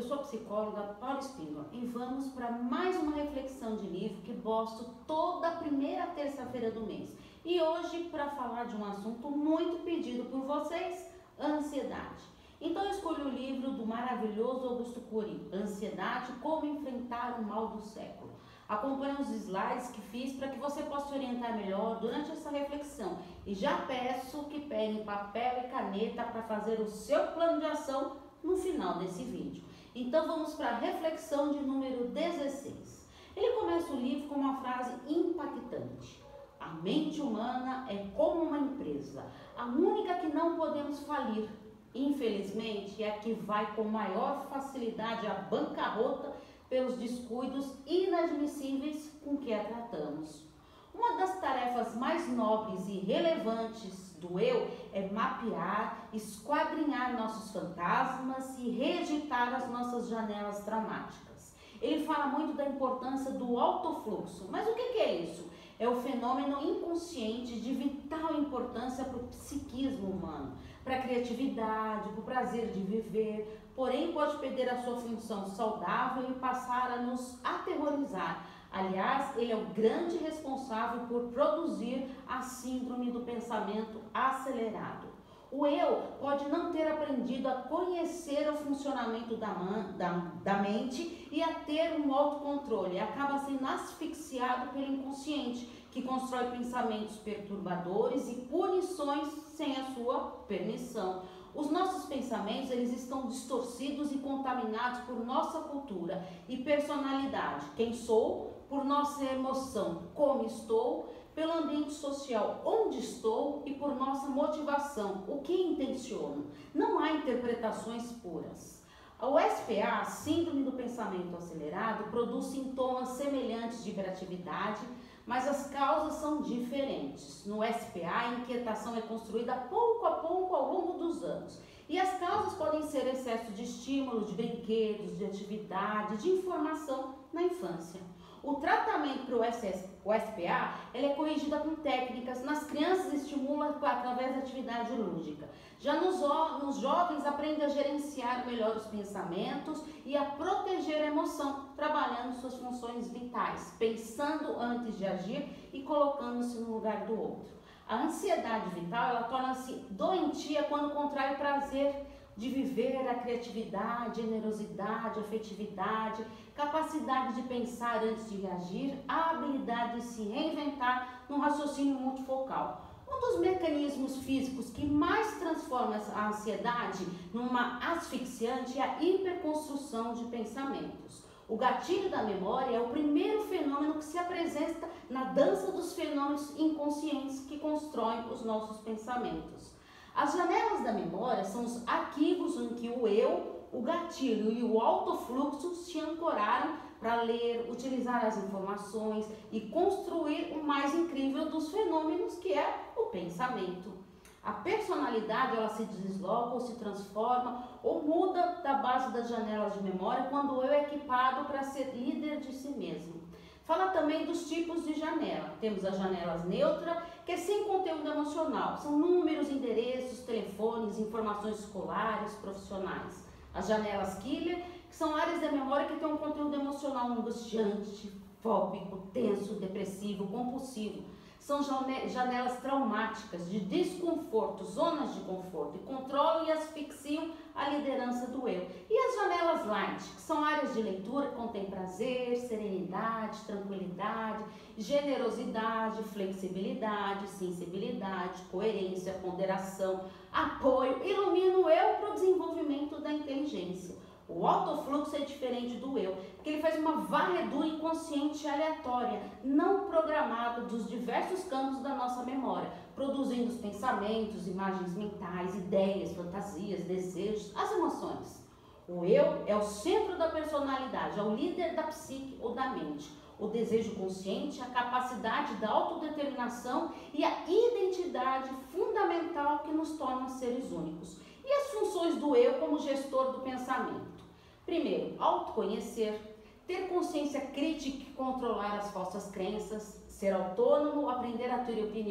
sou a psicóloga Paula Espíndola e vamos para mais uma reflexão de livro que posto toda a primeira terça-feira do mês. E hoje para falar de um assunto muito pedido por vocês, ansiedade. Então eu escolhi o livro do maravilhoso Augusto Cury, Ansiedade, Como Enfrentar o Mal do Século. Acompanhe os slides que fiz para que você possa se orientar melhor durante essa reflexão. E já peço que peguem papel e caneta para fazer o seu plano de ação no final desse vídeo. Então vamos para a reflexão de número 16. Ele começa o livro com uma frase impactante. A mente humana é como uma empresa, a única que não podemos falir. Infelizmente, é a que vai com maior facilidade à bancarrota pelos descuidos inadmissíveis com que a tratamos. Uma das tarefas mais nobres e relevantes do eu é mapear, esquadrinhar nossos fantasmas e reeditar as nossas janelas traumáticas. Ele fala muito da importância do autofluxo, mas o que é isso? É o fenômeno inconsciente de vital importância para o psiquismo humano, para a criatividade, para o prazer de viver, porém pode perder a sua função saudável e passar a nos aterrorizar. Aliás, ele é o grande responsável por produzir a síndrome do pensamento acelerado. O eu pode não ter aprendido a conhecer o funcionamento da mente e a ter um autocontrole, acaba sendo asfixiado pelo inconsciente, que constrói pensamentos perturbadores e punições sem a sua permissão. Os nossos pensamentos, eles estão distorcidos e contaminados por nossa cultura e personalidade. Quem sou? Por nossa emoção, como estou, pelo ambiente social, onde estou e por nossa motivação, o que intenciono. Não há interpretações puras. O SPA, Síndrome do Pensamento Acelerado, produz sintomas semelhantes de hiperatividade, mas as causas são diferentes. No SPA, a inquietação é construída pouco a pouco ao longo dos anos. E as causas podem ser excesso de estímulo, de brinquedos, de atividade, de informação na infância. O tratamento para o SPA ele é corrigido com técnicas. Nas crianças estimula através da atividade lúdica. Já nos jovens aprende a gerenciar melhor os pensamentos e a proteger a emoção, trabalhando suas funções vitais, pensando antes de agir e colocando-se no lugar do outro. A ansiedade vital ela torna-se doentia quando contrai o prazer de viver, a criatividade, generosidade, afetividade, capacidade de pensar antes de reagir, a habilidade de se reinventar no raciocínio multifocal. Um dos mecanismos físicos que mais transforma a ansiedade numa asfixiante é a hiperconstrução de pensamentos. O gatilho da memória é o primeiro fenômeno que se apresenta na dança dos fenômenos inconscientes que constroem os nossos pensamentos. As janelas da memória são os arquivos em que o eu, o gatilho e o autofluxo se ancoraram para ler, utilizar as informações e construir o mais incrível dos fenômenos, que é o pensamento. A personalidade ela se desloca ou se transforma ou muda da base das janelas de memória quando o eu é equipado para ser líder de si mesmo. Fala também dos tipos de janela. Temos as janelas neutra, que é sem conteúdo emocional. São números, endereços, telefones, informações escolares, profissionais. As janelas killer, que são áreas da memória que têm um conteúdo emocional angustiante, fóbico, tenso, depressivo, compulsivo. São janelas traumáticas, de desconforto, zonas de conforto, e controlam e asfixiam a liderança do eu. E as janelas light, que são áreas de leitura que contêm prazer, serenidade, tranquilidade, generosidade, flexibilidade, sensibilidade, coerência, ponderação, apoio, ilumina o eu para o desenvolvimento da inteligência. O autofluxo é diferente do eu, porque ele faz uma varredura inconsciente e aleatória, não programada dos diversos campos da nossa memória, produzindo os pensamentos, imagens mentais, ideias, fantasias, desejos, as emoções. O eu é o centro da personalidade, é o líder da psique ou da mente. O desejo consciente, a capacidade da autodeterminação e a identidade fundamental que nos torna seres únicos. E as funções do eu como gestor do pensamento? Primeiro, autoconhecer, ter consciência crítica e controlar as falsas crenças, ser autônomo, aprender a ter opinião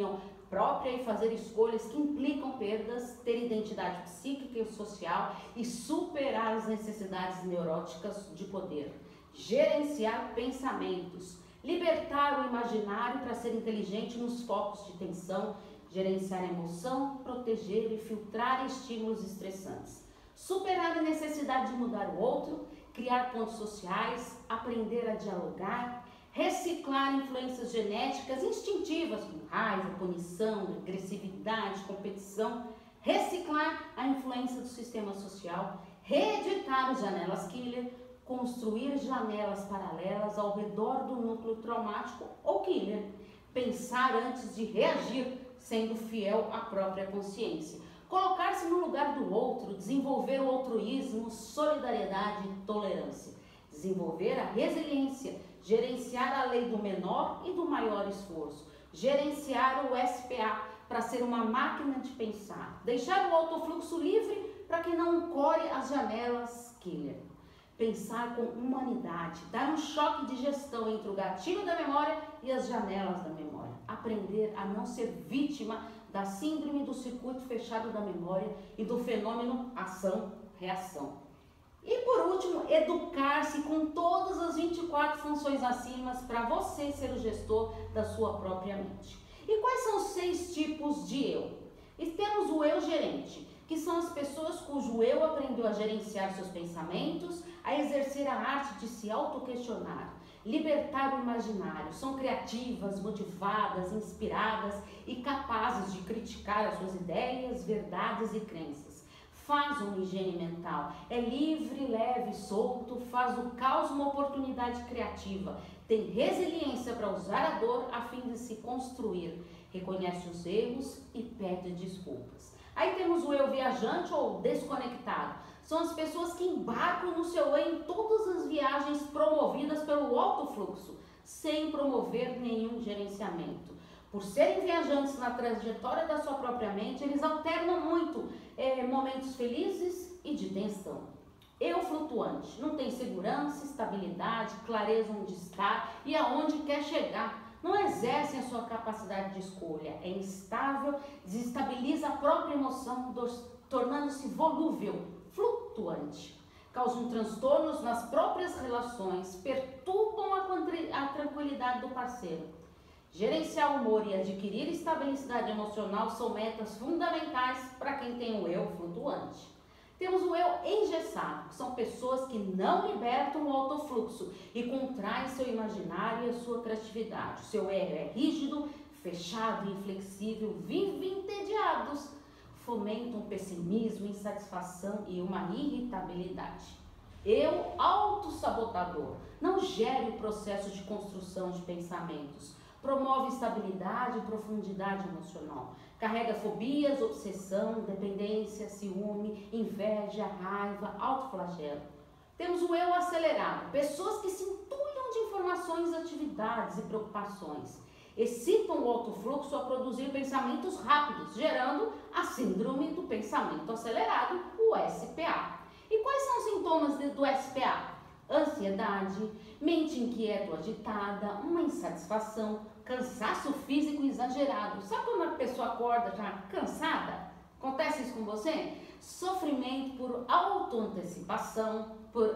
própria e fazer escolhas que implicam perdas, ter identidade psíquica e social e superar as necessidades neuróticas de poder, gerenciar pensamentos, libertar o imaginário para ser inteligente nos focos de tensão, gerenciar a emoção, proteger e filtrar estímulos estressantes, superar a necessidade de mudar o outro, criar pontos sociais, aprender a dialogar, reciclar influências genéticas instintivas como raiva, punição, agressividade, competição, reciclar a influência do sistema social, reeditar as janelas killer, construir janelas paralelas ao redor do núcleo traumático ou killer, pensar antes de reagir, sendo fiel à própria consciência, colocar-se no lugar do outro, desenvolver o altruísmo, solidariedade e tolerância, desenvolver a resiliência, gerenciar a lei do menor e do maior esforço, gerenciar o SPA para ser uma máquina de pensar, deixar o autofluxo livre para que não ancore as janelas killer, pensar com humanidade, dar um choque de gestão entre o gatilho da memória e as janelas da memória, aprender a não ser vítima da síndrome do circuito fechado da memória e do fenômeno ação-reação. E por último, educar-se com todas as 24 funções acima para você ser o gestor da sua própria mente. E quais são os 6 tipos de eu? E temos o eu gerente, que são as pessoas cujo eu aprendeu a gerenciar seus pensamentos, a exercer a arte de se autoquestionar, libertar o imaginário, são criativas, motivadas, inspiradas e capazes de criticar as suas ideias, verdades e crenças. Faz uma higiene mental, é livre, leve, solto, faz do caos uma oportunidade criativa, tem resiliência para usar a dor a fim de se construir, reconhece os erros e pede desculpas. Aí temos o eu viajante ou desconectado, são as pessoas que embarcam no seu eu em todas as viagens promovidas pelo alto fluxo, sem promover nenhum gerenciamento. Por serem viajantes na trajetória da sua própria mente, eles alternam muito momentos felizes e de tensão. Eu flutuante, não tem segurança, estabilidade, clareza onde está e aonde quer chegar. Não exercem a sua capacidade de escolha, é instável, desestabiliza a própria emoção, tornando-se volúvel, flutuante. Causam transtornos nas próprias relações, perturbam a tranquilidade do parceiro. Gerenciar o humor e adquirir estabilidade emocional são metas fundamentais para quem tem o eu flutuante. Temos o eu engessado, que são pessoas que não libertam o autofluxo e contraem seu imaginário e a sua criatividade. O seu eu é rígido, fechado e inflexível, vivem entediados, fomentam pessimismo, insatisfação e uma irritabilidade. Eu autossabotador, não gere o processo de construção de pensamentos, promove estabilidade e profundidade emocional, carrega fobias, obsessão, dependência, ciúme, inveja, raiva, autoflagelo. Temos o eu acelerado, pessoas que se entulham de informações, atividades e preocupações. Excitam o autofluxo a produzir pensamentos rápidos, gerando a síndrome do pensamento acelerado, o SPA. E quais são os sintomas do SPA? Ansiedade, mente inquieta ou agitada, uma insatisfação, cansaço físico exagerado. Sabe quando a pessoa acorda já cansada? Acontece isso com você? Sofrimento por autoantecipação,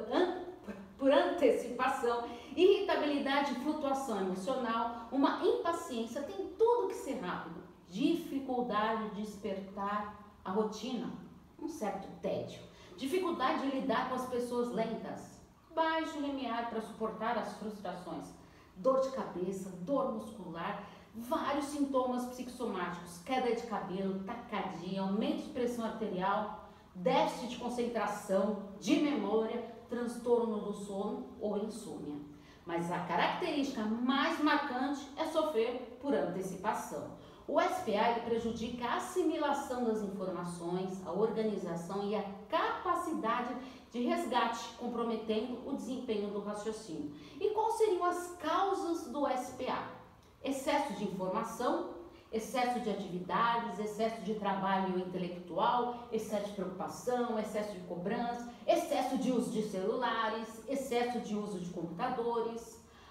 por antecipação, irritabilidade e flutuação emocional, uma impaciência, tem tudo que ser rápido, dificuldade de despertar a rotina, um certo tédio, dificuldade de lidar com as pessoas lentas, baixo limiar para suportar as frustrações, dor de cabeça, dor muscular, vários sintomas psicossomáticos, queda de cabelo, taquicardia, aumento de pressão arterial, déficit de concentração, de memória, transtorno do sono ou insônia. Mas a característica mais marcante é sofrer por antecipação. O SPA prejudica a assimilação das informações, a organização e a capacidade de resgate, comprometendo o desempenho do raciocínio. E quais seriam as causas do SPA? Excesso de informação, excesso de atividades, excesso de trabalho intelectual, excesso de preocupação, excesso de cobrança, excesso de uso de celulares, excesso de uso de computadores.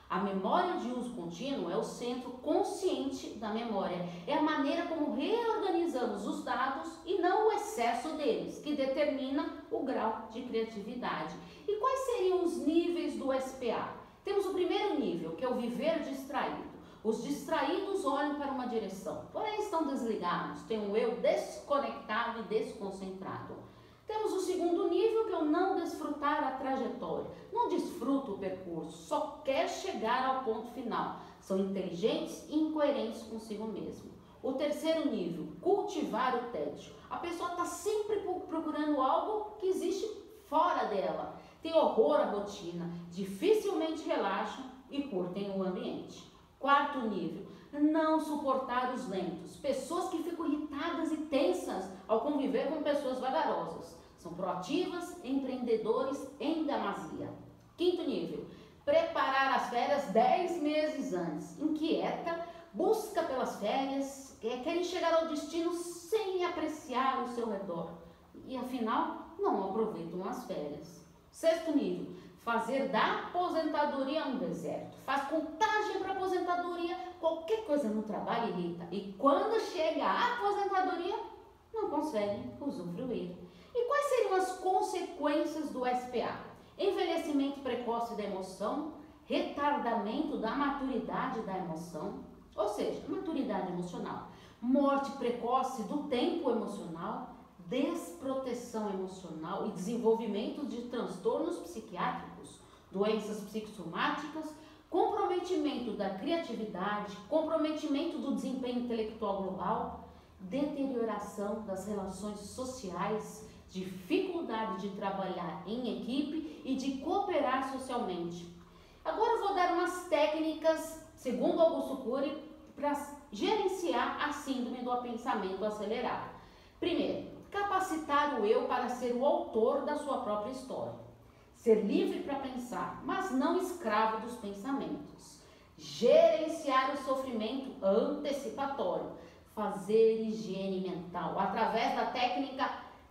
A memória de uso contínuo é o centro consciente da memória. É a maneira como reorganizamos os dados e não o excesso deles, que determina o grau de criatividade. E quais seriam os níveis do SPA? Temos o primeiro nível, que é o viver distraído. Os distraídos olham para uma direção, porém estão desligados, têm um eu desconectado e desconcentrado. Temos o segundo nível, que é o não desfrutar a trajetória. Não desfruta o percurso, só quer chegar ao ponto final. São inteligentes e incoerentes consigo mesmo. O terceiro nível, cultivar o tédio. A pessoa está sempre procurando algo que existe fora dela. Tem horror à rotina, dificilmente relaxam e curtem o ambiente. Quarto nível, não suportar os lentos. Pessoas que ficam irritadas e tensas ao conviver com pessoas vagarosas. São proativas, empreendedores em demasia. Quinto nível, preparar as férias 10 meses antes. Inquieta, busca pelas férias, querem chegar ao destino sem apreciar o seu redor. E afinal, não aproveitam as férias. Sexto nível, fazer da aposentadoria um deserto. Faz contagem para aposentadoria, qualquer coisa no trabalho irrita. E quando chega a aposentadoria, não conseguem usufruir. E quais seriam as consequências do SPA? Envelhecimento precoce da emoção, retardamento da maturidade da emoção, ou seja, maturidade emocional, morte precoce do tempo emocional, desproteção emocional e desenvolvimento de transtornos psiquiátricos, doenças psicossomáticas, comprometimento da criatividade, comprometimento do desempenho intelectual global, deterioração das relações sociais, dificuldade de trabalhar em equipe e de cooperar socialmente. Agora eu vou dar umas técnicas, segundo Augusto Cury, para gerenciar a síndrome do pensamento acelerado. Primeiro, capacitar o eu para ser o autor da sua própria história. Ser livre para pensar, mas não escravo dos pensamentos. Gerenciar o sofrimento antecipatório. Fazer higiene mental através da técnica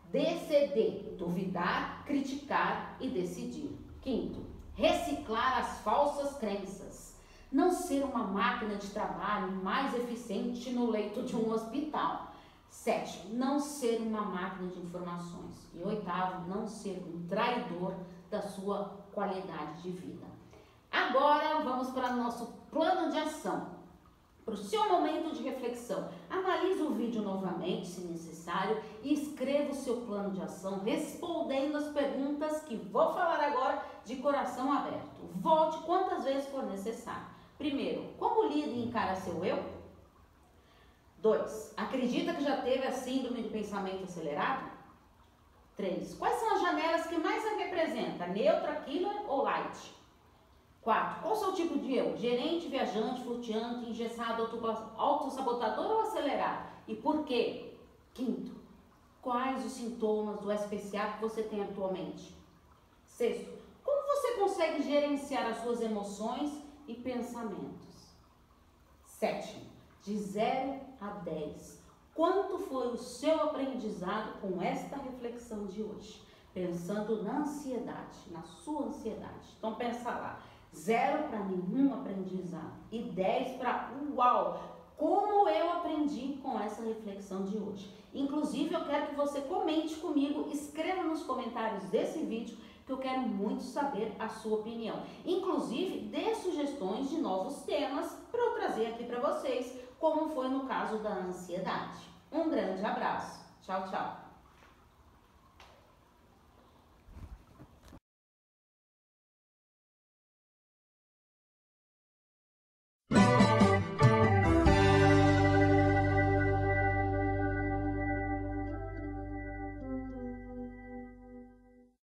DCD, duvidar, criticar e decidir. Quinto, reciclar as falsas crenças. Não ser uma máquina de trabalho mais eficiente no leito de um hospital. Sétimo, não ser uma máquina de informações. E oitavo, não ser um traidor da sua qualidade de vida. Agora vamos para o nosso plano de ação. Para o seu momento de reflexão, analise o vídeo novamente, se necessário, e escreva o seu plano de ação, respondendo as perguntas que vou falar agora de coração aberto. Volte quantas vezes for necessário. Primeiro, como lida e encara seu eu? 2. Acredita que já teve a síndrome do pensamento acelerado? 3. Quais são as janelas que mais a representa? Neutra, killer ou light? 4. Qual o seu tipo de eu? Gerente, viajante, flutuante, engessado, autossabotador ou acelerado? E por quê? 5. Quais os sintomas do SPCA que você tem atualmente? 6. Como você consegue gerenciar as suas emoções e pensamentos? 7. De 0 a 10. Quanto foi o seu aprendizado com esta reflexão de hoje? Pensando na ansiedade, na sua ansiedade. Então pensa lá. 0 para nenhum aprendizado e 10 para uau! Como eu aprendi com essa reflexão de hoje. Inclusive eu quero que você comente comigo, escreva nos comentários desse vídeo que eu quero muito saber a sua opinião. Inclusive dê sugestões de novos temas para eu trazer aqui para vocês, como foi no caso da ansiedade. Um grande abraço. Tchau, tchau.